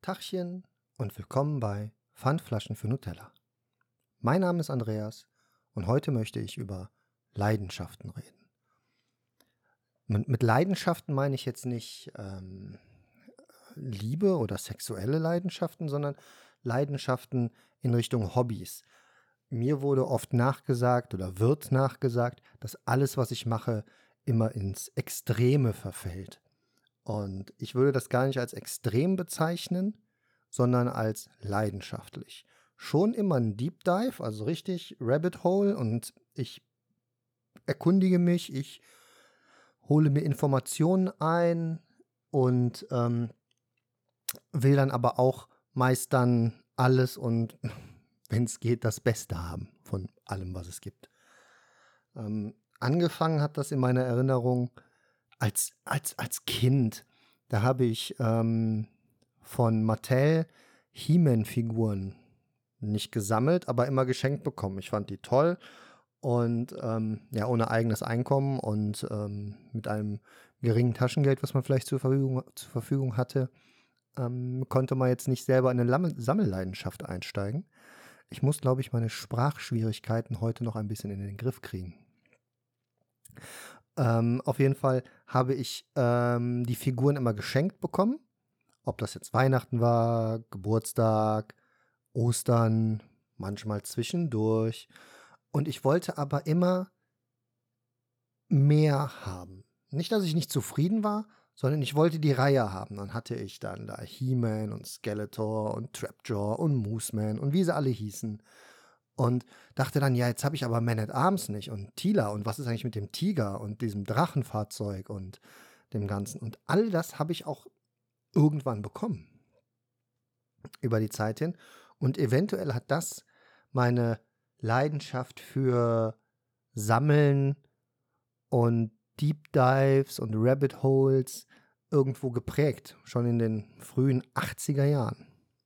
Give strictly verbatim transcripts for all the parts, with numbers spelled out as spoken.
Tachchen und willkommen bei Pfandflaschen für Nutella. Mein Name ist Andreas und heute möchte ich über Leidenschaften reden. Mit, mit Leidenschaften meine ich jetzt nicht ähm, Liebe oder sexuelle Leidenschaften, sondern Leidenschaften in Richtung Hobbys. Mir wurde oft nachgesagt oder wird nachgesagt, dass alles, was ich mache, immer ins Extreme verfällt. Und ich würde das gar nicht als extrem bezeichnen, sondern als leidenschaftlich. Schon immer ein Deep Dive, also richtig Rabbit Hole, und ich erkundige mich, ich hole mir Informationen ein und ähm, will dann aber auch meist dann alles und, wenn es geht, das Beste haben von allem, was es gibt. Ähm, angefangen hat das in meiner Erinnerung als, als, als Kind. Da habe ich ähm, von Mattel He-Man-Figuren nicht gesammelt, aber immer geschenkt bekommen. Ich fand die toll und ähm, ja, ohne eigenes Einkommen und ähm, mit einem geringen Taschengeld, was man vielleicht zur Verfügung, zur Verfügung hatte, ähm, konnte man jetzt nicht selber in eine Lamm- Sammelleidenschaft einsteigen. Ich muss, glaube ich, meine Sprachschwierigkeiten heute noch ein bisschen in den Griff kriegen. Ähm, auf jeden Fall habe ich ähm, die Figuren immer geschenkt bekommen. Ob das jetzt Weihnachten war, Geburtstag, Ostern, manchmal zwischendurch. Und ich wollte aber immer mehr haben. Nicht, dass ich nicht zufrieden war, sondern ich wollte die Reihe haben. Dann hatte ich dann da He-Man und Skeletor und Trapjaw und Mooseman und wie sie alle hießen. Und dachte dann, ja, jetzt habe ich aber Man-at-Arms nicht und Teela und was ist eigentlich mit dem Tiger und diesem Drachenfahrzeug und dem Ganzen. Und all das habe ich auch irgendwann bekommen. Über die Zeit hin. Und eventuell hat das meine Leidenschaft für Sammeln und Deep Dives und Rabbit Holes irgendwo geprägt. Schon in den frühen achtziger Jahren.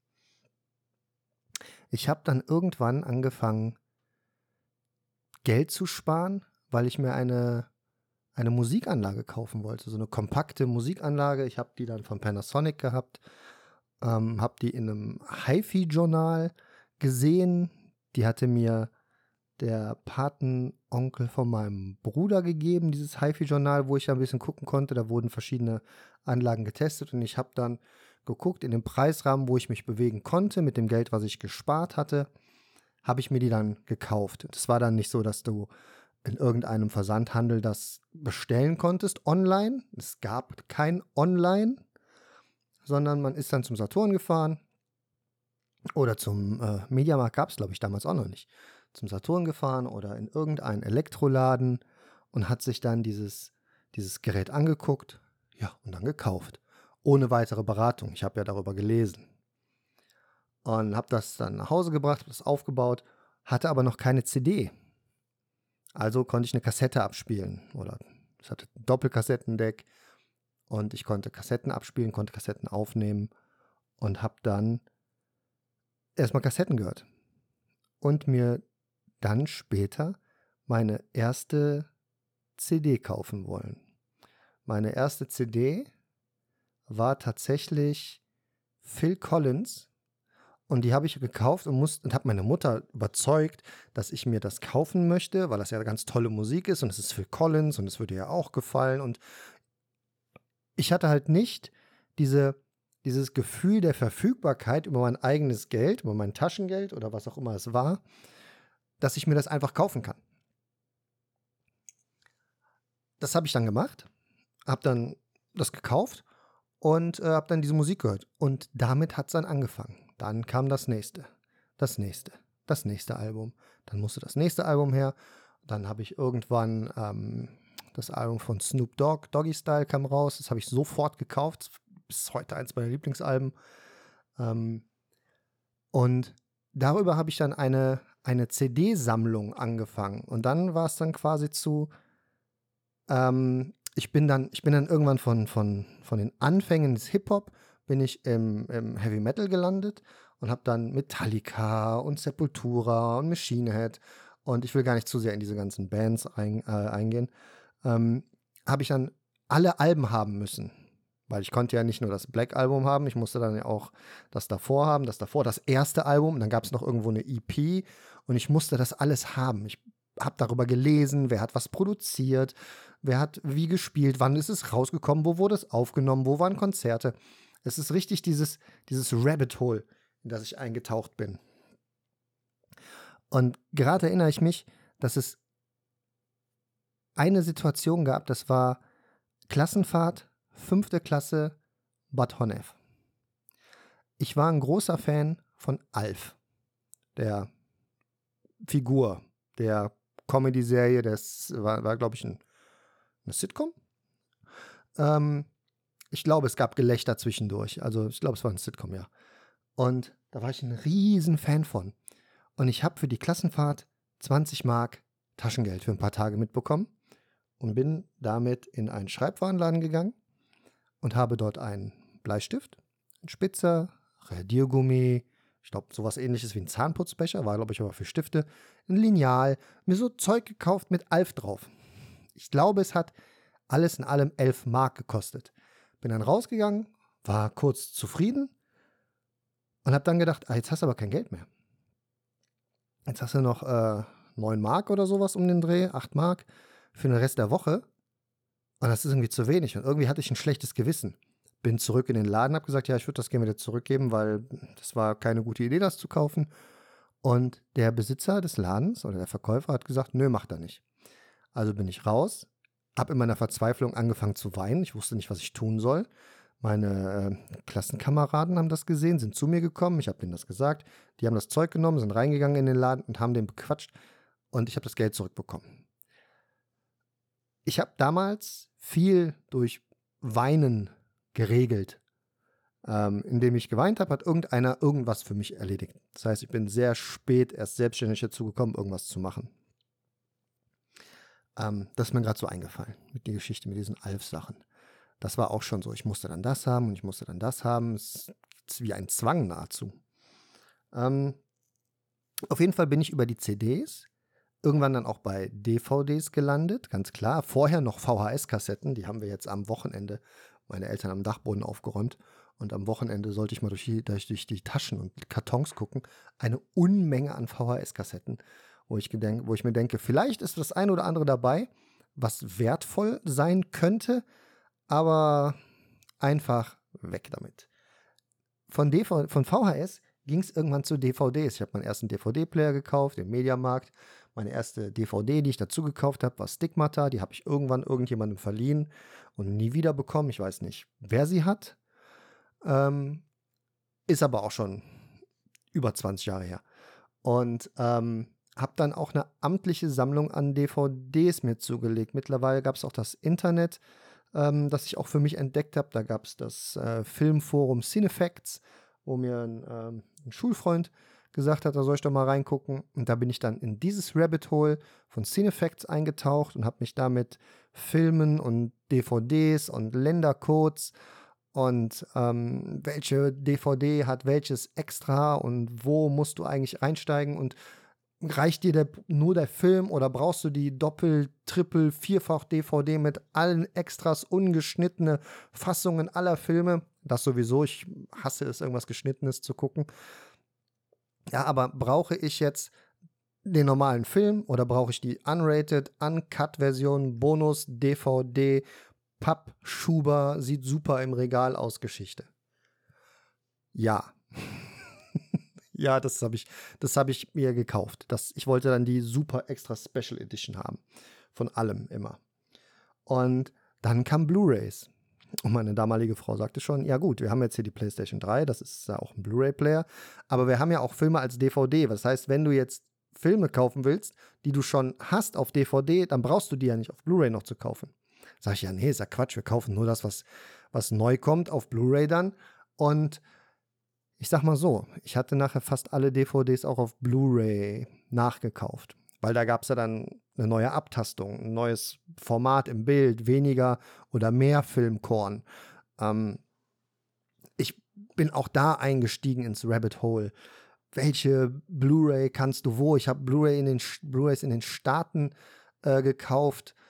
Ich habe dann irgendwann angefangen, Geld zu sparen, weil ich mir eine, eine Musikanlage kaufen wollte. So eine kompakte Musikanlage. Ich habe die dann von Panasonic gehabt. Ähm, habe die in einem Hi-Fi-Journal gesehen. Die hatte mir der Patenonkel von meinem Bruder gegeben, dieses Hi-Fi-Journal, wo ich ein bisschen gucken konnte. Da wurden verschiedene Anlagen getestet und ich habe dann geguckt in dem Preisrahmen, wo ich mich bewegen konnte, mit dem Geld, was ich gespart hatte, habe ich mir die dann gekauft. Es war dann nicht so, dass du in irgendeinem Versandhandel das bestellen konntest online. Es gab kein Online, sondern man ist dann zum Saturn gefahren oder zum äh, Mediamarkt gab es, glaube ich, damals auch noch nicht. Zum Saturn gefahren oder in irgendeinen Elektroladen und hat sich dann dieses, dieses Gerät angeguckt, ja, und dann gekauft. Ohne weitere Beratung. Ich habe ja darüber gelesen. Und habe das dann nach Hause gebracht, habe das aufgebaut, hatte aber noch keine C D. Also konnte ich eine Kassette abspielen. Oder es hatte ein Doppelkassettendeck. Und ich konnte Kassetten abspielen, konnte Kassetten aufnehmen und habe dann erstmal Kassetten gehört. Und mir dann später meine erste C D kaufen wollen. Meine erste C D war tatsächlich Phil Collins und die habe ich gekauft und, musste, und habe meine Mutter überzeugt, dass ich mir das kaufen möchte, weil das ja ganz tolle Musik ist und es ist Phil Collins und es würde ihr auch gefallen und ich hatte halt nicht diese, dieses Gefühl der Verfügbarkeit über mein eigenes Geld, über mein Taschengeld oder was auch immer es war, dass ich mir das einfach kaufen kann. Das habe ich dann gemacht, habe dann das gekauft und äh, habe dann diese Musik gehört. Und damit hat es dann angefangen. Dann kam das nächste, das nächste, das nächste Album. Dann musste das nächste Album her. Dann habe ich irgendwann ähm, das Album von Snoop Dogg, Doggy Style, kam raus. Das habe ich sofort gekauft. Bis heute eins meiner Lieblingsalben. Ähm, und darüber habe ich dann eine, eine C D-Sammlung angefangen. Und dann war es dann quasi zu, ähm, ich bin dann, ich bin dann irgendwann von, von, von den Anfängen des Hip-Hop bin ich im, im Heavy Metal gelandet und habe dann Metallica und Sepultura und Machine Head und ich will gar nicht zu sehr in diese ganzen Bands ein, äh, eingehen, ähm, habe ich dann alle Alben haben müssen, Weil ich konnte ja nicht nur das Black-Album haben, ich musste dann ja auch das davor haben, das davor, das erste Album. Und dann gab es noch irgendwo eine E P und ich musste das alles haben. Ich habe darüber gelesen, wer hat was produziert, wer hat wie gespielt, wann ist es rausgekommen, wo wurde es aufgenommen, wo waren Konzerte. Es ist richtig dieses, dieses Rabbit Hole, in das ich eingetaucht bin. Und gerade erinnere ich mich, dass es eine Situation gab, das war Klassenfahrt, fünfte Klasse, Bad Honnef. Ich war ein großer Fan von Alf, der Figur, der Comedy-Serie, das war, war glaube ich, ein, eine Sitcom. Ähm, ich glaube, es gab Gelächter zwischendurch, also ich glaube, es war ein Sitcom, ja. Und da war ich ein riesen Fan von. Und ich habe für die Klassenfahrt zwanzig Mark Taschengeld für ein paar Tage mitbekommen und bin damit in einen Schreibwarenladen gegangen und habe dort einen Bleistift, einen Spitzer, Radiergummi, ich glaube sowas ähnliches wie ein Zahnputzbecher, war glaube ich aber für Stifte, ein Lineal, mir so Zeug gekauft mit Alf drauf. Ich glaube, es hat alles in allem elf Mark gekostet. Bin dann rausgegangen, war kurz zufrieden und habe dann gedacht, ah, jetzt hast du aber kein Geld mehr. Jetzt hast du noch äh, neun Mark oder sowas um den Dreh, acht Mark für den Rest der Woche. Und das ist irgendwie zu wenig. Und irgendwie hatte ich ein schlechtes Gewissen. Bin zurück in den Laden, habe gesagt, ja, ich würde das gerne wieder zurückgeben, weil das war keine gute Idee, das zu kaufen. Und der Besitzer des Ladens oder der Verkäufer hat gesagt, nö, macht er nicht. Also bin ich raus, habe in meiner Verzweiflung angefangen zu weinen. Ich wusste nicht, was ich tun soll. Meine äh, Klassenkameraden haben das gesehen, sind zu mir gekommen. Ich habe denen das gesagt. Die haben das Zeug genommen, sind reingegangen in den Laden und haben den bequatscht. Und ich habe das Geld zurückbekommen. Ich habe damals viel durch Weinen geregelt. Ähm, indem ich geweint habe, hat irgendeiner irgendwas für mich erledigt. Das heißt, ich bin sehr spät erst selbstständig dazu gekommen, irgendwas zu machen. Ähm, das ist mir gerade so eingefallen, mit der Geschichte, mit diesen Alf-Sachen. Das war auch schon so. Ich musste dann das haben und ich musste dann das haben. Es ist wie ein Zwang nahezu. Ähm, auf jeden Fall bin ich über die C Ds irgendwann dann auch bei D V Ds gelandet, ganz klar. Vorher noch V H S-Kassetten, die haben wir jetzt am Wochenende, meine Eltern am Dachboden aufgeräumt. Und am Wochenende sollte ich mal durch die, durch die Taschen und Kartons gucken. Eine Unmenge an V H S-Kassetten, wo ich, gedenk, wo ich mir denke, vielleicht ist das ein oder andere dabei, was wertvoll sein könnte, aber einfach weg damit. Von, D V, von V H S ging es irgendwann zu D V Ds. Ich habe meinen ersten D V D-Player gekauft im Mediamarkt. Meine erste D V D, die ich dazu gekauft habe, war Stigmata. Die habe ich irgendwann irgendjemandem verliehen und nie wieder bekommen. Ich weiß nicht, wer sie hat. Ähm, ist aber auch schon über zwanzig Jahre her. Und ähm, habe dann auch eine amtliche Sammlung an D V Ds mir zugelegt. Mittlerweile gab es auch das Internet, ähm, das ich auch für mich entdeckt habe. Da gab es das äh, Filmforum Cinefacts, wo mir ein, ähm, ein Schulfreund gesagt hat, da soll ich doch mal reingucken. Und da bin ich dann in dieses Rabbit Hole von Cinefacts eingetaucht und habe mich da mit Filmen und D V Ds und Ländercodes und ähm, welche D V D hat welches Extra und wo musst du eigentlich reinsteigen und reicht dir der, nur der Film oder brauchst du die Doppel-, Triple-, Vierfach D V D mit allen Extras, ungeschnittene Fassungen aller Filme? Das sowieso, ich hasse es, irgendwas Geschnittenes zu gucken. Ja, aber brauche ich jetzt den normalen Film oder brauche ich die unrated, uncut-Version, Bonus, D V D, Pappschuber, sieht super im Regal aus, Geschichte? Ja. Ja, das habe ich, das hab ich mir gekauft. Das, ich wollte dann die super extra Special Edition haben. Von allem immer. Und dann kam Blu-rays. Und meine damalige Frau sagte schon, ja gut, wir haben jetzt hier die PlayStation drei, das ist ja auch ein Blu-ray-Player, aber wir haben ja auch Filme als D V D. Das heißt, wenn du jetzt Filme kaufen willst, die du schon hast auf D V D, dann brauchst du die ja nicht auf Blu-ray noch zu kaufen. Sag ich, ja, nee, ist ja Quatsch, wir kaufen nur das, was, was neu kommt auf Blu-ray dann. Und ich sag mal so, ich hatte nachher fast alle D V Ds auch auf Blu-ray nachgekauft. Weil da gab es ja dann eine neue Abtastung, ein neues Format im Bild, weniger oder mehr Filmkorn. Ähm, ich bin auch da eingestiegen ins Rabbit Hole. Welche Blu-ray kannst du wo? Ich habe Blu-ray in den Blu-rays in den Staaten äh, gekauft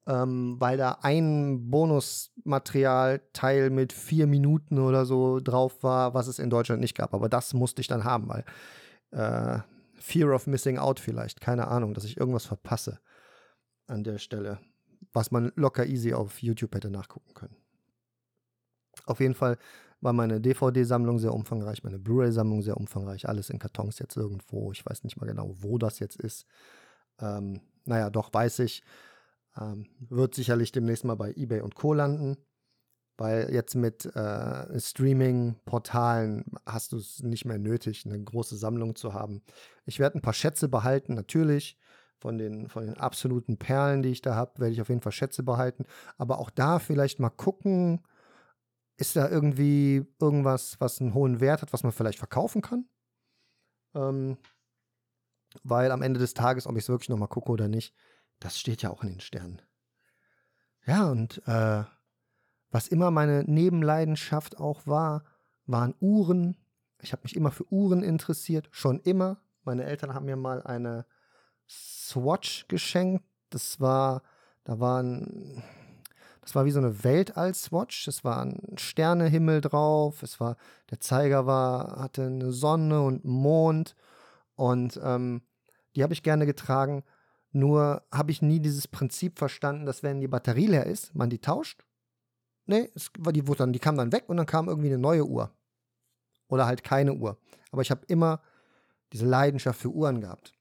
ähm, weil da ein Bonusmaterialteil mit vier Minuten oder so drauf war, was es in Deutschland nicht gab. Aber das musste ich dann haben, weil äh, Fear of Missing Out vielleicht, keine Ahnung, dass ich irgendwas verpasse an der Stelle, was man locker easy auf YouTube hätte nachgucken können. Auf jeden Fall war meine D V D-Sammlung sehr umfangreich, meine Blu-ray-Sammlung sehr umfangreich, alles in Kartons jetzt irgendwo. Ich weiß nicht mal genau, wo das jetzt ist. Ähm, naja, doch weiß ich, ähm, wird sicherlich demnächst mal bei eBay und Co. landen, weil jetzt mit äh, Streaming-Portalen hast du es nicht mehr nötig, eine große Sammlung zu haben. Ich werde ein paar Schätze behalten, natürlich. Von den, von den absoluten Perlen, die ich da habe, werde ich auf jeden Fall Schätze behalten. Aber auch da vielleicht mal gucken, ist da irgendwie irgendwas, was einen hohen Wert hat, was man vielleicht verkaufen kann? Ähm, weil am Ende des Tages, ob ich es wirklich nochmal gucke oder nicht, das steht ja auch in den Sternen. Ja, und äh, was immer meine Nebenleidenschaft auch war, waren Uhren. Ich habe mich immer für Uhren interessiert, schon immer. Meine Eltern haben mir mal eine Swatch geschenkt. Das war, da waren, das war wie so eine Weltall-Swatch. Es war ein Sternehimmel drauf. Es war, der Zeiger war, hatte eine Sonne und einen Mond. Und ähm, die habe ich gerne getragen. Nur habe ich nie dieses Prinzip verstanden, dass wenn die Batterie leer ist, man die tauscht. Nee, es war die, wurde dann, die kam dann weg und dann kam irgendwie eine neue Uhr. Oder halt keine Uhr. Aber ich habe immer diese Leidenschaft für Uhren gehabt.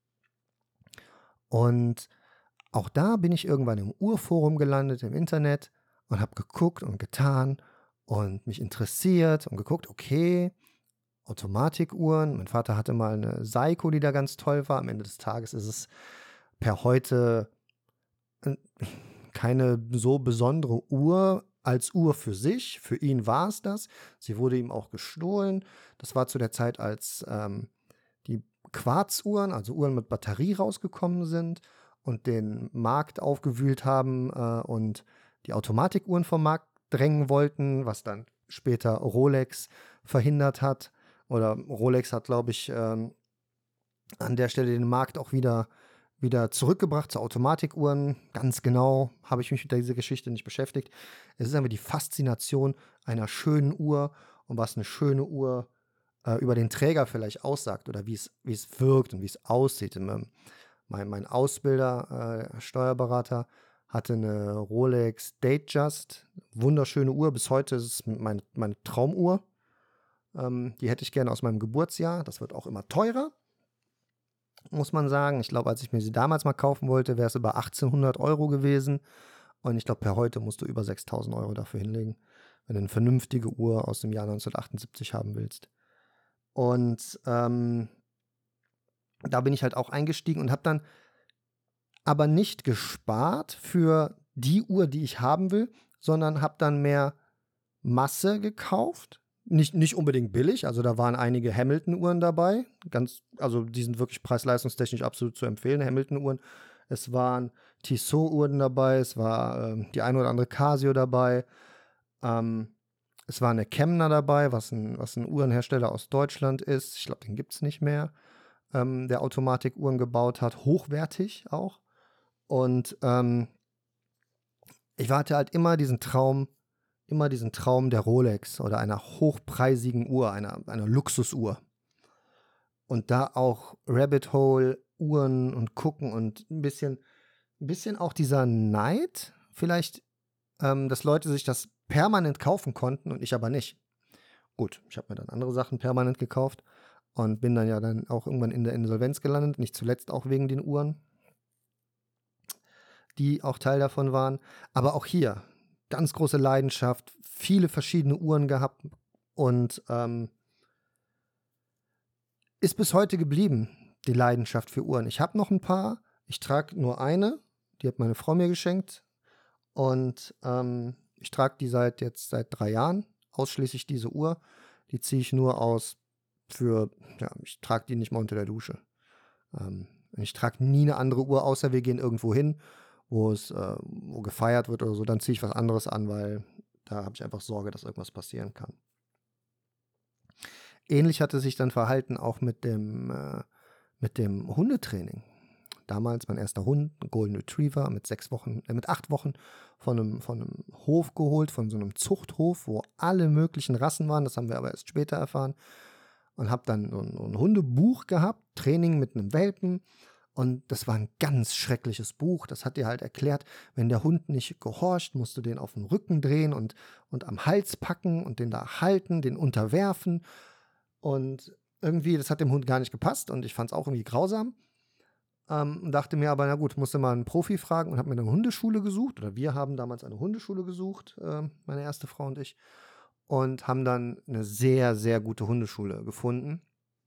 Und auch da bin ich irgendwann im Uhrforum gelandet im Internet und habe geguckt und getan und mich interessiert und geguckt, okay, Automatikuhren. Mein Vater hatte mal eine Seiko, die da ganz toll war. Am Ende des Tages ist es per heute äh, keine so besondere Uhr als Uhr für sich. Für ihn war es das. Sie wurde ihm auch gestohlen. Das war zu der Zeit, als ähm, die Quarzuhren, also Uhren mit Batterie rausgekommen sind und den Markt aufgewühlt haben äh, und die Automatikuhren vom Markt drängen wollten, was dann später Rolex verhindert hat. Oder Rolex hat, glaube ich, ähm, an der Stelle den Markt auch wieder, wieder zurückgebracht zu Automatikuhren. Ganz genau habe ich mich mit dieser Geschichte nicht beschäftigt. Es ist einfach die Faszination einer schönen Uhr und was eine schöne Uhr äh, über den Träger vielleicht aussagt oder wie es, wie es wirkt und wie es aussieht. Mein, mein Ausbilder, äh, Steuerberater, hatte eine Rolex Datejust, wunderschöne Uhr. Bis heute ist es meine, meine Traumuhr. Ähm, die hätte ich gerne aus meinem Geburtsjahr. Das wird auch immer teurer, muss man sagen. Ich glaube, als ich mir sie damals mal kaufen wollte, wäre es über achtzehnhundert Euro gewesen. Und ich glaube, per heute musst du über sechstausend Euro dafür hinlegen, wenn du eine vernünftige Uhr aus dem Jahr neunzehnhundertachtundsiebzig haben willst. Und ähm, da bin ich halt auch eingestiegen und habe dann aber nicht gespart für die Uhr, die ich haben will, sondern habe dann mehr Masse gekauft. Nicht, nicht unbedingt billig, also da waren einige Hamilton-Uhren dabei. Ganz, also die sind wirklich preis-leistungstechnisch absolut zu empfehlen, Hamilton-Uhren. Es waren Tissot-Uhren dabei, es war ähm, die eine oder andere Casio dabei. Ähm, es war eine Kemner dabei, was ein, was ein Uhrenhersteller aus Deutschland ist. Ich glaube, den gibt es nicht mehr, ähm, der Automatikuhren gebaut hat. Hochwertig auch. Und ähm, ich hatte halt immer diesen Traum, immer diesen Traum der Rolex oder einer hochpreisigen Uhr, einer, einer Luxusuhr. Und da auch Rabbit Hole, Uhren und gucken und ein bisschen, ein bisschen auch dieser Neid, vielleicht, ähm, dass Leute sich das permanent kaufen konnten und ich aber nicht. Gut, ich habe mir dann andere Sachen permanent gekauft und bin dann ja dann auch irgendwann in der Insolvenz gelandet, nicht zuletzt auch wegen den Uhren, die auch Teil davon waren. Aber auch hier, ganz große Leidenschaft, viele verschiedene Uhren gehabt und ähm, ist bis heute geblieben, die Leidenschaft für Uhren. Ich habe noch ein paar, ich trage nur eine, die hat meine Frau mir geschenkt und ähm, ich trage die seit jetzt seit drei Jahren, ausschließlich diese Uhr. Die ziehe ich nur aus für, ja, ich trage die nicht mal unter der Dusche. Ähm, ich trage nie eine andere Uhr, außer wir gehen irgendwo hin, wo es äh, wo gefeiert wird oder so, dann ziehe ich was anderes an, weil da habe ich einfach Sorge, dass irgendwas passieren kann. Ähnlich hatte sich dann verhalten auch mit dem, äh, mit dem Hundetraining. damals mein erster Hund, ein Golden Retriever mit sechs Wochen, äh, mit acht Wochen von einem, von einem Hof geholt, von so einem Zuchthof, wo alle möglichen Rassen waren. Das haben wir aber erst später erfahren. Und habe dann so ein, so ein Hundebuch gehabt, Training mit einem Welpen. Und das war ein ganz schreckliches Buch. Das hat dir halt erklärt, wenn der Hund nicht gehorcht, musst du den auf den Rücken drehen und, und am Hals packen und den da halten, den unterwerfen. Und irgendwie, das hat dem Hund gar nicht gepasst und ich fand es auch irgendwie grausam. Ähm, und dachte mir aber, na gut, musste mal einen Profi fragen und habe mir eine Hundeschule gesucht. Oder wir haben damals eine Hundeschule gesucht, äh, meine erste Frau und ich. Und haben dann eine sehr, sehr gute Hundeschule gefunden.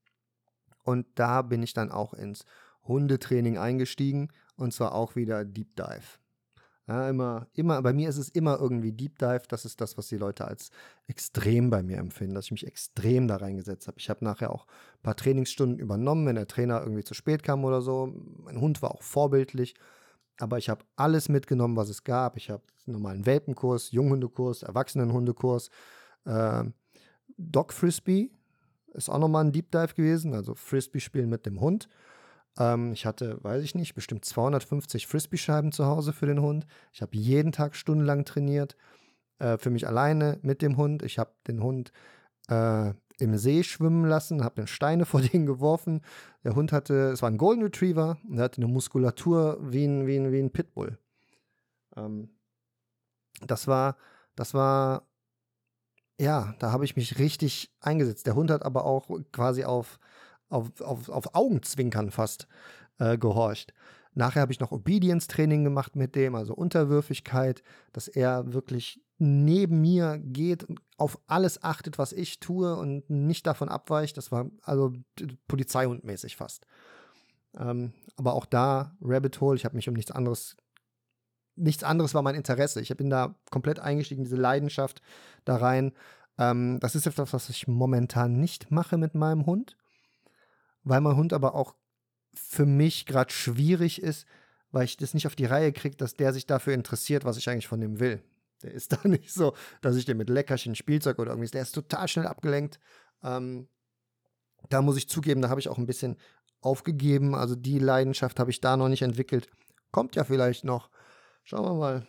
Und da bin ich dann auch ins Hundetraining eingestiegen und zwar auch wieder Deep Dive. Ja, immer, immer, bei mir ist es immer irgendwie Deep Dive, das ist das, was die Leute als extrem bei mir empfinden, dass ich mich extrem da reingesetzt habe. Ich habe nachher auch ein paar Trainingsstunden übernommen, wenn der Trainer irgendwie zu spät kam oder so. Mein Hund war auch vorbildlich, aber ich habe alles mitgenommen, was es gab. Ich habe einen normalen Welpenkurs, Junghundekurs, Erwachsenenhundekurs, äh, Dog Frisbee ist auch nochmal ein Deep Dive gewesen, also Frisbee spielen mit dem Hund. Ähm, ich hatte, weiß ich nicht, bestimmt zweihundertfünfzig Frisbee-Scheiben zu Hause für den Hund. Ich habe jeden Tag stundenlang trainiert, äh, für mich alleine mit dem Hund. Ich habe den Hund äh, im See schwimmen lassen, habe dann Steine vor den geworfen. Der Hund hatte, es war ein Golden Retriever, und er hatte eine Muskulatur wie ein, wie ein, wie ein Pitbull. Ähm, das war, das war, ja, da habe ich mich richtig eingesetzt. Der Hund hat aber auch quasi auf, auf, auf, auf Augenzwinkern fast äh, gehorcht. Nachher habe ich noch Obedience-Training gemacht mit dem, also Unterwürfigkeit, dass er wirklich neben mir geht und auf alles achtet, was ich tue und nicht davon abweicht. Das war also Polizeihundmäßig fast. Ähm, aber auch da, Rabbit Hole, ich habe mich um nichts anderes Nichts anderes war mein Interesse. Ich bin da komplett eingestiegen, diese Leidenschaft da rein. Ähm, das ist etwas, was ich momentan nicht mache mit meinem Hund, weil mein Hund aber auch für mich gerade schwierig ist, weil ich das nicht auf die Reihe kriege, dass der sich dafür interessiert, was ich eigentlich von dem will. Der ist da nicht so, dass ich den mit Leckerchen, Spielzeug oder irgendwie, der ist total schnell abgelenkt. Ähm, da muss ich zugeben, da habe ich auch ein bisschen aufgegeben. Also die Leidenschaft habe ich da noch nicht entwickelt. Kommt ja vielleicht noch. Schauen wir mal.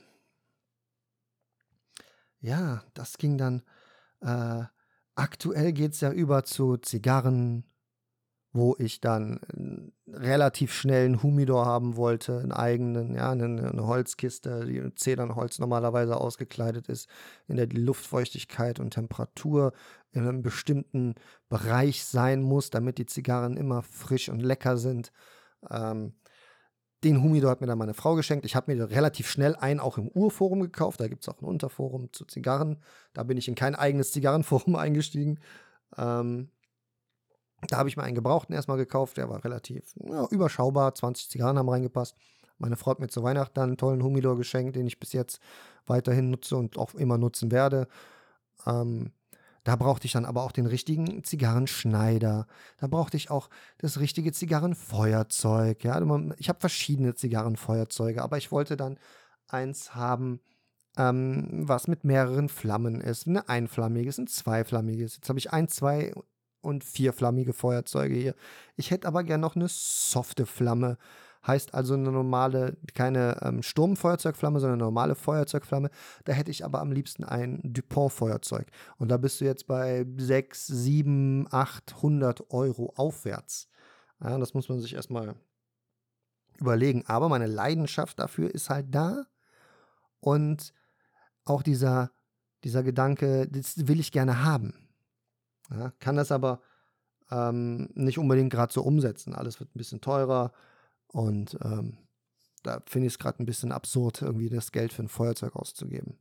Ja, das ging dann. Äh, aktuell geht es ja über zu Zigarren, wo ich dann einen relativ schnell einen Humidor haben wollte, einen eigenen, ja, eine, eine Holzkiste, die mit Zedernholz normalerweise ausgekleidet ist, in der die Luftfeuchtigkeit und Temperatur in einem bestimmten Bereich sein muss, damit die Zigarren immer frisch und lecker sind. Ähm, Den Humidor hat mir dann meine Frau geschenkt. Ich habe mir relativ schnell einen auch im Urforum gekauft. Da gibt es auch ein Unterforum zu Zigarren. Da bin ich in kein eigenes Zigarrenforum eingestiegen. Ähm, da habe ich mir einen gebrauchten erstmal gekauft. Der war relativ ja, überschaubar. zwanzig Zigarren haben reingepasst. Meine Frau hat mir zu Weihnachten dann einen tollen Humidor geschenkt, den ich bis jetzt weiterhin nutze und auch immer nutzen werde. Ähm, Da brauchte ich dann aber auch den richtigen Zigarrenschneider. Da brauchte ich auch das richtige Zigarrenfeuerzeug. Ja, ich habe verschiedene Zigarrenfeuerzeuge, aber ich wollte dann eins haben, ähm, was mit mehreren Flammen ist. Ein einflammiges, ein zweiflammiges. Jetzt habe ich ein, zwei und vierflammige Feuerzeuge hier. Ich hätte aber gerne noch eine softe Flamme. Heißt also eine normale, keine ähm, Sturmfeuerzeugflamme, sondern eine normale Feuerzeugflamme. Da hätte ich aber am liebsten ein Dupont-Feuerzeug. Und da bist du jetzt bei sechs, sieben, achthundert Euro aufwärts. Ja, das muss man sich erstmal überlegen. Aber meine Leidenschaft dafür ist halt da. Und auch dieser, dieser Gedanke, das will ich gerne haben. Ja, kann das aber ähm, nicht unbedingt gerade so umsetzen. Alles wird ein bisschen teurer. Und ähm, da finde ich es gerade ein bisschen absurd, irgendwie das Geld für ein Feuerzeug auszugeben.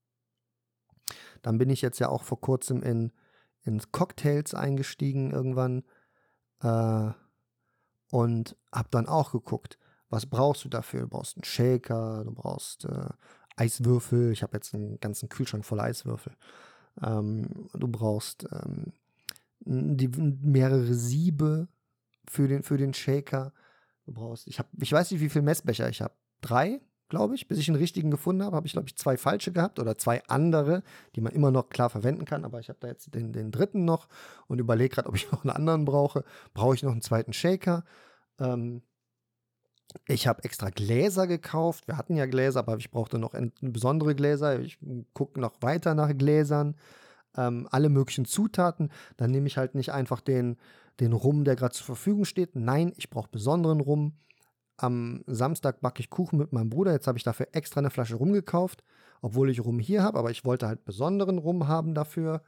Dann bin ich jetzt ja auch vor kurzem in, in Cocktails eingestiegen irgendwann äh, und habe dann auch geguckt, was brauchst du dafür? Du brauchst einen Shaker, du brauchst äh, Eiswürfel. Ich habe jetzt einen ganzen Kühlschrank voller Eiswürfel. Ähm, du brauchst ähm, die, mehrere Siebe für den, für den Shaker. Du brauchst, ich, hab, ich weiß nicht, wie viele Messbecher ich habe. Drei, glaube ich. Bis ich einen richtigen gefunden habe, habe ich, glaube ich, zwei falsche gehabt oder zwei andere, die man immer noch klar verwenden kann. Aber ich habe da jetzt den, den dritten noch und überlege gerade, ob ich noch einen anderen brauche. Brauche ich noch einen zweiten Shaker? Ähm, Ich habe extra Gläser gekauft. Wir hatten ja Gläser, aber ich brauchte noch en- besondere Gläser. Ich gucke noch weiter nach Gläsern. Ähm, alle möglichen Zutaten. Dann nehme ich halt nicht einfach den, den Rum, der gerade zur Verfügung steht. Nein, ich brauche besonderen Rum. Am Samstag backe ich Kuchen mit meinem Bruder. Jetzt habe ich dafür extra eine Flasche Rum gekauft, obwohl ich Rum hier habe, aber ich wollte halt besonderen Rum haben dafür.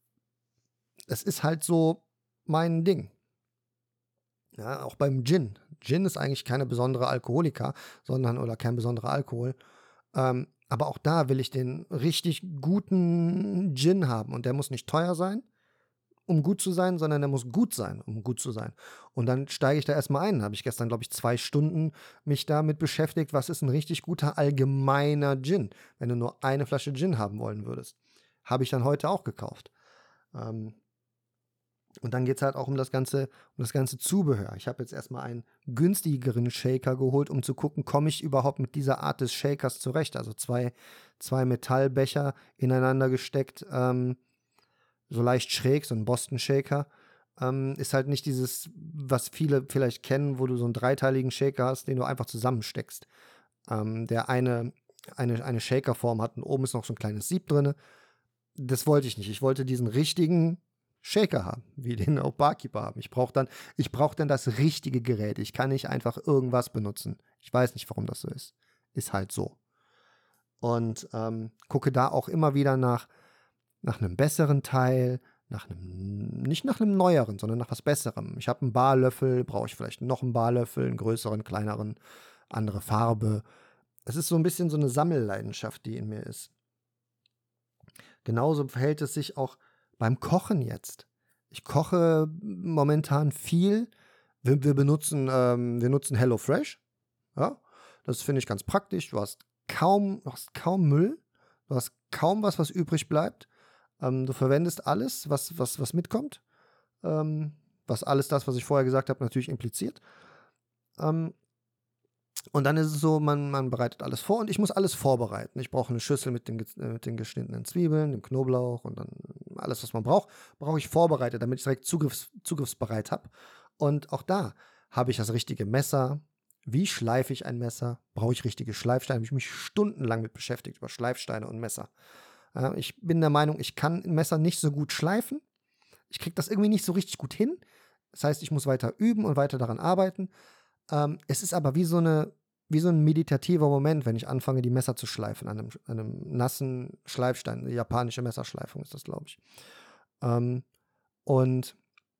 Es ist halt so mein Ding. Ja, auch beim Gin. Gin ist eigentlich keine besondere Alkoholika, sondern oder kein besonderer Alkohol. Ähm, aber auch da will ich den richtig guten Gin haben. Und der muss nicht teuer sein, um gut zu sein, sondern der muss gut sein, um gut zu sein. Und dann steige ich da erstmal ein. Habe ich gestern, glaube ich, zwei Stunden mich damit beschäftigt, was ist ein richtig guter allgemeiner Gin, wenn du nur eine Flasche Gin haben wollen würdest. Habe ich dann heute auch gekauft. Ähm, und dann geht es halt auch um das ganze, um das ganze Zubehör. Ich habe jetzt erstmal einen günstigeren Shaker geholt, um zu gucken, komme ich überhaupt mit dieser Art des Shakers zurecht. Also zwei, zwei Metallbecher ineinander gesteckt, ähm, so leicht schräg, so ein Boston Shaker. Ähm, ist halt nicht dieses, was viele vielleicht kennen, wo du so einen dreiteiligen Shaker hast, den du einfach zusammensteckst. Ähm, der eine, eine, eine Shakerform hat und oben ist noch so ein kleines Sieb drin. Das wollte ich nicht. Ich wollte diesen richtigen Shaker haben, wie den auch Barkeeper haben. Ich brauche dann, ich brauche dann das richtige Gerät. Ich kann nicht einfach irgendwas benutzen. Ich weiß nicht, warum das so ist. Ist halt so. Und ähm, gucke da auch immer wieder nach, nach einem besseren Teil, nach einem, nicht nach einem neueren, sondern nach was Besserem. Ich habe einen Barlöffel, brauche ich vielleicht noch einen Barlöffel, einen größeren, kleineren, andere Farbe. Es ist so ein bisschen so eine Sammelleidenschaft, die in mir ist. Genauso verhält es sich auch beim Kochen jetzt. Ich koche momentan viel. Wir, wir benutzen, ähm, wir nutzen HelloFresh. Ja, das finde ich ganz praktisch. Du hast kaum, du hast kaum Müll. Du hast kaum was, was übrig bleibt. Ähm, du verwendest alles, was, was, was mitkommt. Ähm, was alles das, was ich vorher gesagt habe, natürlich impliziert. Ähm, Und dann ist es so, man, man bereitet alles vor und ich muss alles vorbereiten. Ich brauche eine Schüssel mit den, ge- äh, mit den geschnittenen Zwiebeln, dem Knoblauch und dann alles, was man braucht, brauche ich vorbereitet, damit ich direkt Zugriffs, zugriffsbereit habe. Und auch da habe ich das richtige Messer. Wie schleife ich ein Messer? Brauche ich richtige Schleifsteine? Habe ich mich stundenlang mit beschäftigt, über Schleifsteine und Messer. Äh, ich bin der Meinung, ich kann ein Messer nicht so gut schleifen. Ich kriege das irgendwie nicht so richtig gut hin. Das heißt, ich muss weiter üben und weiter daran arbeiten. Ähm, es ist aber wie so eine, wie so ein meditativer Moment, wenn ich anfange, die Messer zu schleifen, an einem, an einem nassen Schleifstein. Eine japanische Messerschleifung ist das, glaube ich. Ähm, und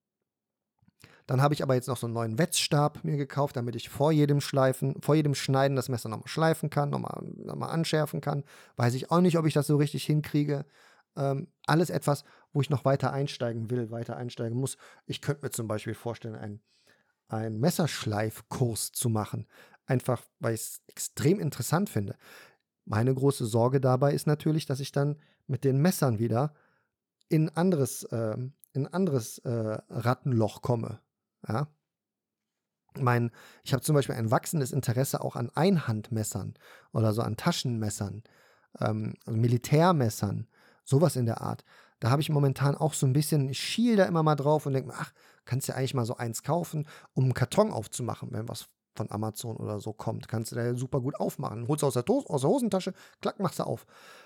dann habe ich aber jetzt noch so einen neuen Wetzstab mir gekauft, damit ich vor jedem Schleifen, vor jedem Schneiden das Messer nochmal schleifen kann, nochmal noch mal anschärfen kann. Weiß ich auch nicht, ob ich das so richtig hinkriege. Ähm, alles etwas, wo ich noch weiter einsteigen will, weiter einsteigen muss. Ich könnte mir zum Beispiel vorstellen, ein einen Messerschleifkurs zu machen. Einfach, weil ich es extrem interessant finde. Meine große Sorge dabei ist natürlich, dass ich dann mit den Messern wieder in anderes, äh, in anderes äh, Rattenloch komme. Ja? Mein, ich habe zum Beispiel ein wachsendes Interesse auch an Einhandmessern oder so an Taschenmessern, ähm, also Militärmessern, sowas in der Art. Da habe ich momentan auch so ein bisschen, ich schiel da immer mal drauf und denke mir, ach, kannst du ja eigentlich mal so eins kaufen, um einen Karton aufzumachen, wenn was von Amazon oder so kommt. Kannst du da ja super gut aufmachen. Holst du aus der, Tos- aus der Hosentasche, klack, machst du auf.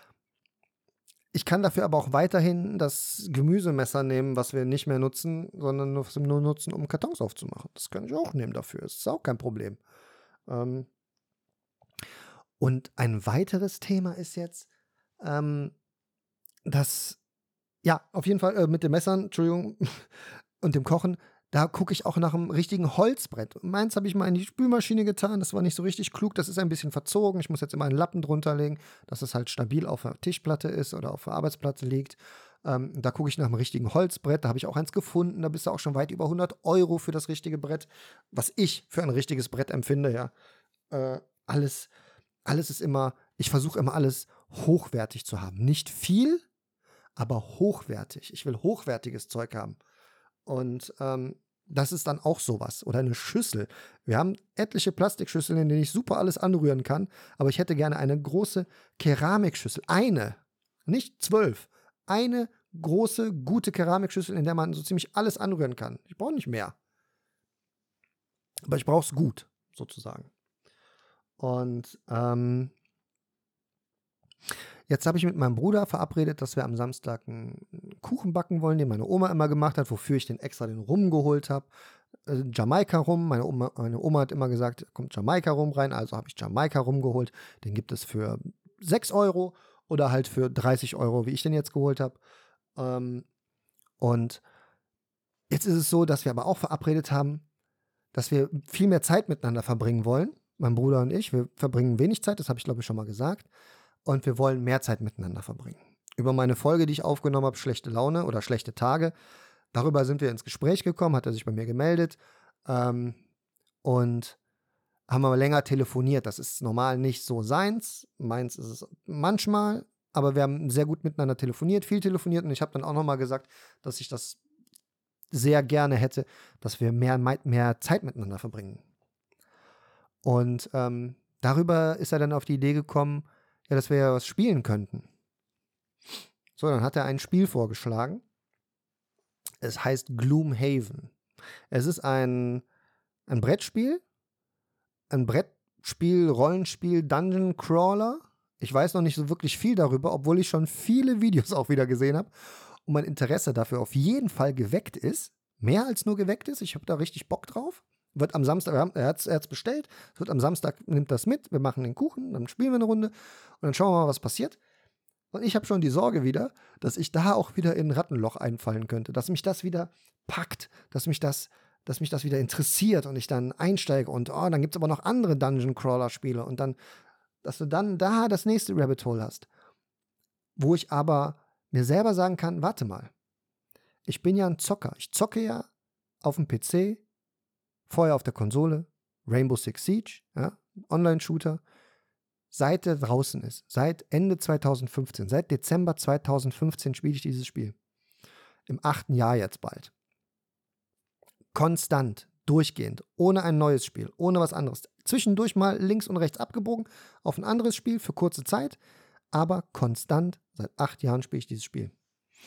Ich kann dafür aber auch weiterhin das Gemüsemesser nehmen, was wir nicht mehr nutzen, sondern nur, nur nutzen, um Kartons aufzumachen. Das kann ich auch nehmen dafür. Das ist auch kein Problem. Ähm, und ein weiteres Thema ist jetzt, ähm, dass, ja, auf jeden Fall äh, mit den Messern, Entschuldigung, und dem Kochen, da gucke ich auch nach einem richtigen Holzbrett. Meins habe ich mal in die Spülmaschine getan, das war nicht so richtig klug, das ist ein bisschen verzogen. Ich muss jetzt immer einen Lappen drunter legen, dass es halt stabil auf der Tischplatte ist oder auf der Arbeitsplatte liegt. Ähm, da gucke ich nach einem richtigen Holzbrett, da habe ich auch eins gefunden, da bist du auch schon weit über hundert Euro für das richtige Brett, was ich für ein richtiges Brett empfinde, ja. Äh, alles, alles ist immer, ich versuche immer alles hochwertig zu haben. Nicht viel, aber hochwertig. Ich will hochwertiges Zeug haben. Und ähm, das ist dann auch sowas. Oder eine Schüssel. Wir haben etliche Plastikschüsseln, in denen ich super alles anrühren kann, aber ich hätte gerne eine große Keramikschüssel. Eine, nicht zwölf. Eine große, gute Keramikschüssel, in der man so ziemlich alles anrühren kann. Ich brauche nicht mehr. Aber ich brauche es gut, sozusagen. Und ähm, jetzt habe ich mit meinem Bruder verabredet, dass wir am Samstag einen Kuchen backen wollen, den meine Oma immer gemacht hat, wofür ich den extra den Rum geholt habe. Äh, Jamaika-Rum. Meine Oma, meine Oma hat immer gesagt, da kommt Jamaika-Rum rein, also habe ich Jamaika-Rum geholt. Den gibt es für sechs Euro oder halt für dreißig Euro, wie ich den jetzt geholt habe. Ähm, und jetzt ist es so, dass wir aber auch verabredet haben, dass wir viel mehr Zeit miteinander verbringen wollen. Mein Bruder und ich, wir verbringen wenig Zeit, das habe ich glaube ich schon mal gesagt. Und wir wollen mehr Zeit miteinander verbringen. Über meine Folge, die ich aufgenommen habe, schlechte Laune oder schlechte Tage, darüber sind wir ins Gespräch gekommen, hat er sich bei mir gemeldet ähm, und haben aber länger telefoniert. Das ist normal nicht so seins. Meins ist es manchmal, aber wir haben sehr gut miteinander telefoniert, viel telefoniert und ich habe dann auch nochmal gesagt, dass ich das sehr gerne hätte, dass wir mehr, mehr Zeit miteinander verbringen. Und ähm, darüber ist er dann auf die Idee gekommen, ja, dass wir ja was spielen könnten. So, dann hat er ein Spiel vorgeschlagen. Es heißt Gloomhaven. Es ist ein, ein Brettspiel, ein Brettspiel, Rollenspiel, Dungeon Crawler. Ich weiß noch nicht so wirklich viel darüber, obwohl ich schon viele Videos auch wieder gesehen habe und mein Interesse dafür auf jeden Fall geweckt ist. Mehr als nur geweckt ist. Ich habe da richtig Bock drauf. Wird am Samstag, er hat es bestellt, wird am Samstag, nimmt das mit, wir machen den Kuchen, dann spielen wir eine Runde und dann schauen wir mal, was passiert. Und ich habe schon die Sorge wieder, dass ich da auch wieder in ein Rattenloch einfallen könnte, dass mich das wieder packt, dass mich das, dass mich das wieder interessiert und ich dann einsteige und oh, dann gibt es aber noch andere Dungeon-Crawler-Spiele und dann, dass du dann da das nächste Rabbit Hole hast. Wo ich aber mir selber sagen kann, warte mal, ich bin ja ein Zocker, ich zocke ja auf dem P C, vorher auf der Konsole, Rainbow Six Siege, ja, Online-Shooter, seit er draußen ist, seit Ende zwanzig fünfzehn, seit Dezember zwanzig fünfzehn spiele ich dieses Spiel. Im achten Jahr jetzt bald. Konstant, durchgehend, ohne ein neues Spiel, ohne was anderes. Zwischendurch mal links und rechts abgebogen auf ein anderes Spiel für kurze Zeit, aber konstant, seit acht Jahren spiele ich dieses Spiel.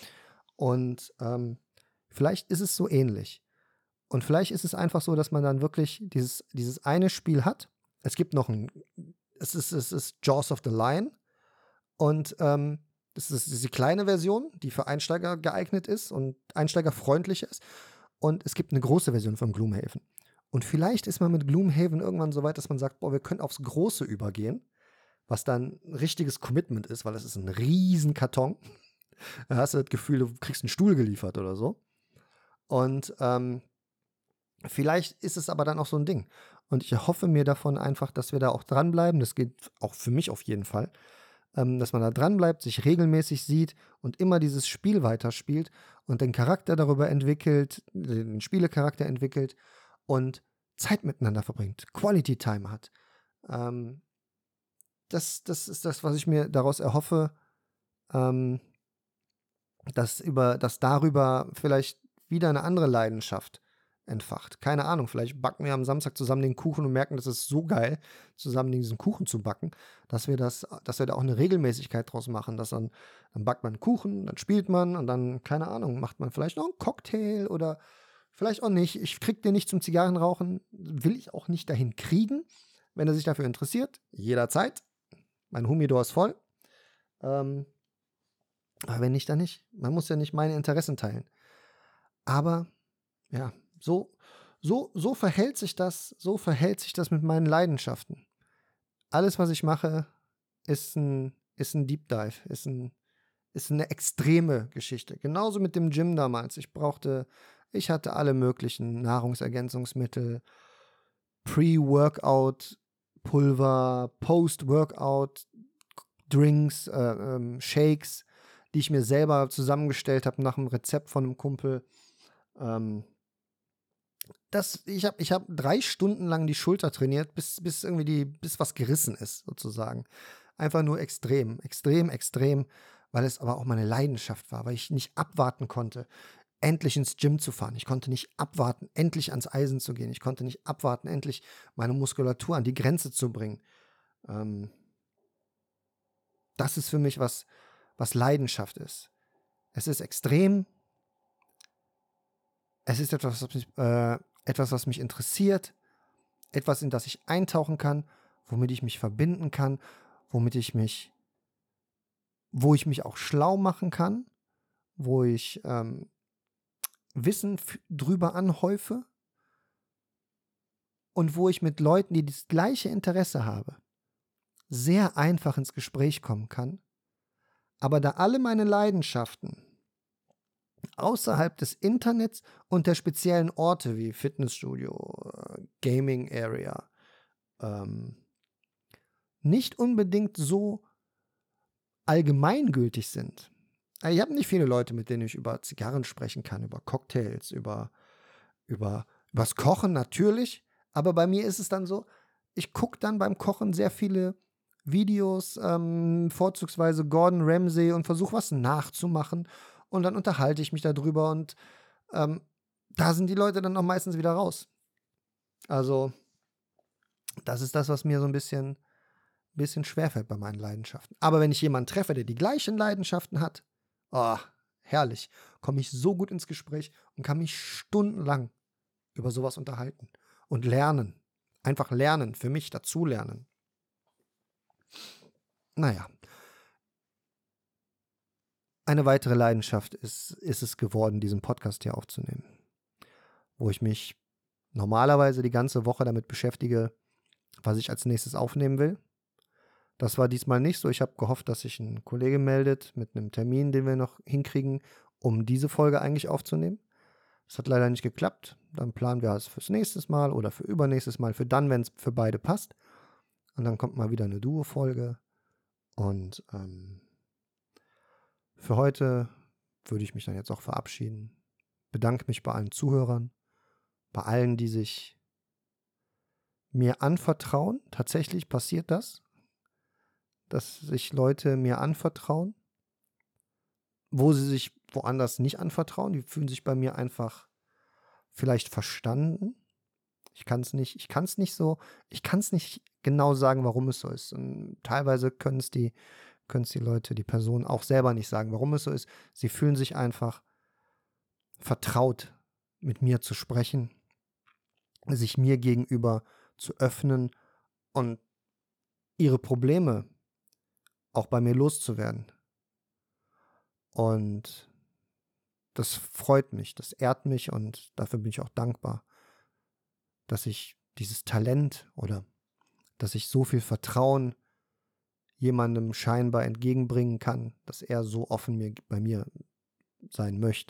Und ähm, vielleicht ist es so ähnlich. Und vielleicht ist es einfach so, dass man dann wirklich dieses, dieses eine Spiel hat. Es gibt noch ein, es ist, es ist Jaws of the Lion. Und ähm, das ist diese kleine Version, die für Einsteiger geeignet ist und einsteigerfreundlich ist. Und es gibt eine große Version von Gloomhaven. Und vielleicht ist man mit Gloomhaven irgendwann so weit, dass man sagt, boah, wir können aufs Große übergehen, was dann ein richtiges Commitment ist, weil es ist ein riesen Karton. Da hast du das Gefühl, du kriegst einen Stuhl geliefert oder so. Und ähm, vielleicht ist es aber dann auch so ein Ding. Und ich hoffe mir davon einfach, dass wir da auch dranbleiben. Das geht auch für mich auf jeden Fall. Ähm, dass man da dranbleibt, sich regelmäßig sieht und immer dieses Spiel weiterspielt und den Charakter darüber entwickelt, den Spielecharakter entwickelt und Zeit miteinander verbringt, Quality Time hat. Ähm, das, das ist das, was ich mir daraus erhoffe, ähm, dass, über, dass darüber vielleicht wieder eine andere Leidenschaft entfacht. Keine Ahnung, vielleicht backen wir am Samstag zusammen den Kuchen und merken, das ist so geil, zusammen diesen Kuchen zu backen, dass wir das, dass wir da auch eine Regelmäßigkeit draus machen, dass dann, dann backt man einen Kuchen, dann spielt man und dann, keine Ahnung, macht man vielleicht noch einen Cocktail oder vielleicht auch nicht. Ich krieg den nicht zum Zigarrenrauchen, will ich auch nicht dahin kriegen. Wenn er sich dafür interessiert, jederzeit. Mein Humidor ist voll. Ähm, aber wenn nicht, dann nicht. Man muss ja nicht meine Interessen teilen. Aber, ja, so, so, so verhält sich das, so verhält sich das mit meinen Leidenschaften. Alles, was ich mache, ist ein, ist ein Deep Dive, ist, ein, ist eine extreme Geschichte. Genauso mit dem Gym damals. Ich brauchte, ich hatte alle möglichen Nahrungsergänzungsmittel, Pre-Workout, Pulver, Post-Workout, Drinks, äh, ähm, Shakes, die ich mir selber zusammengestellt habe nach einem Rezept von einem Kumpel. Ähm, das, ich habe ich hab drei Stunden lang die Schulter trainiert, bis, bis irgendwie die, bis was gerissen ist, sozusagen. Einfach nur extrem, extrem, extrem, weil es aber auch meine Leidenschaft war, weil ich nicht abwarten konnte, endlich ins Gym zu fahren. Ich konnte nicht abwarten, endlich ans Eisen zu gehen. Ich konnte nicht abwarten, endlich meine Muskulatur an die Grenze zu bringen. Ähm, das ist für mich was, was Leidenschaft ist. Es ist extrem. Es ist etwas, was mich, äh, etwas, was mich interessiert. Etwas, in das ich eintauchen kann, womit ich mich verbinden kann, womit ich mich, wo ich mich auch schlau machen kann, wo ich ähm, Wissen f- drüber anhäufe und wo ich mit Leuten, die das gleiche Interesse haben, sehr einfach ins Gespräch kommen kann. Aber da alle meine Leidenschaften außerhalb des Internets und der speziellen Orte wie Fitnessstudio, äh, Gaming Area, ähm, nicht unbedingt so allgemeingültig sind. Also ich habe nicht viele Leute, mit denen ich über Zigarren sprechen kann, über Cocktails, über, über übers Kochen natürlich. Aber bei mir ist es dann so, ich gucke dann beim Kochen sehr viele Videos, ähm, vorzugsweise Gordon Ramsay und versuche was nachzumachen. Und dann unterhalte ich mich darüber und ähm, da sind die Leute dann auch meistens wieder raus. Also, das ist das, was mir so ein bisschen, bisschen schwerfällt bei meinen Leidenschaften. Aber wenn ich jemanden treffe, der die gleichen Leidenschaften hat, oh, herrlich, komme ich so gut ins Gespräch und kann mich stundenlang über sowas unterhalten und lernen. Einfach lernen, für mich dazulernen. Naja, eine weitere Leidenschaft ist, ist es geworden, diesen Podcast hier aufzunehmen, wo ich mich normalerweise die ganze Woche damit beschäftige, was ich als nächstes aufnehmen will. Das war diesmal nicht so. Ich habe gehofft, dass sich ein Kollege meldet mit einem Termin, den wir noch hinkriegen, um diese Folge eigentlich aufzunehmen. Das hat leider nicht geklappt. Dann planen wir es fürs nächste Mal oder für übernächstes Mal, für dann, wenn es für beide passt. Und dann kommt mal wieder eine Duo-Folge. Und ähm, für heute würde ich mich dann jetzt auch verabschieden. Bedanke mich bei allen Zuhörern, bei allen, die sich mir anvertrauen. Tatsächlich passiert das, dass sich Leute mir anvertrauen, wo sie sich woanders nicht anvertrauen. Die fühlen sich bei mir einfach vielleicht verstanden. Ich kann es nicht, ich kann es nicht so, ich kann es nicht genau sagen, warum es so ist. Und teilweise können es die, können es die Leute, die Personen auch selber nicht sagen, warum es so ist. Sie fühlen sich einfach vertraut, mit mir zu sprechen, sich mir gegenüber zu öffnen und ihre Probleme auch bei mir loszuwerden. Und das freut mich, das ehrt mich und dafür bin ich auch dankbar, dass ich dieses Talent oder dass ich so viel Vertrauen jemandem scheinbar entgegenbringen kann, dass er so offen mir, bei mir sein möchte.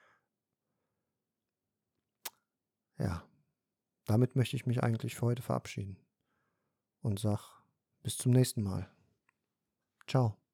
Ja, damit möchte ich mich eigentlich für heute verabschieden und sag bis zum nächsten Mal. Ciao.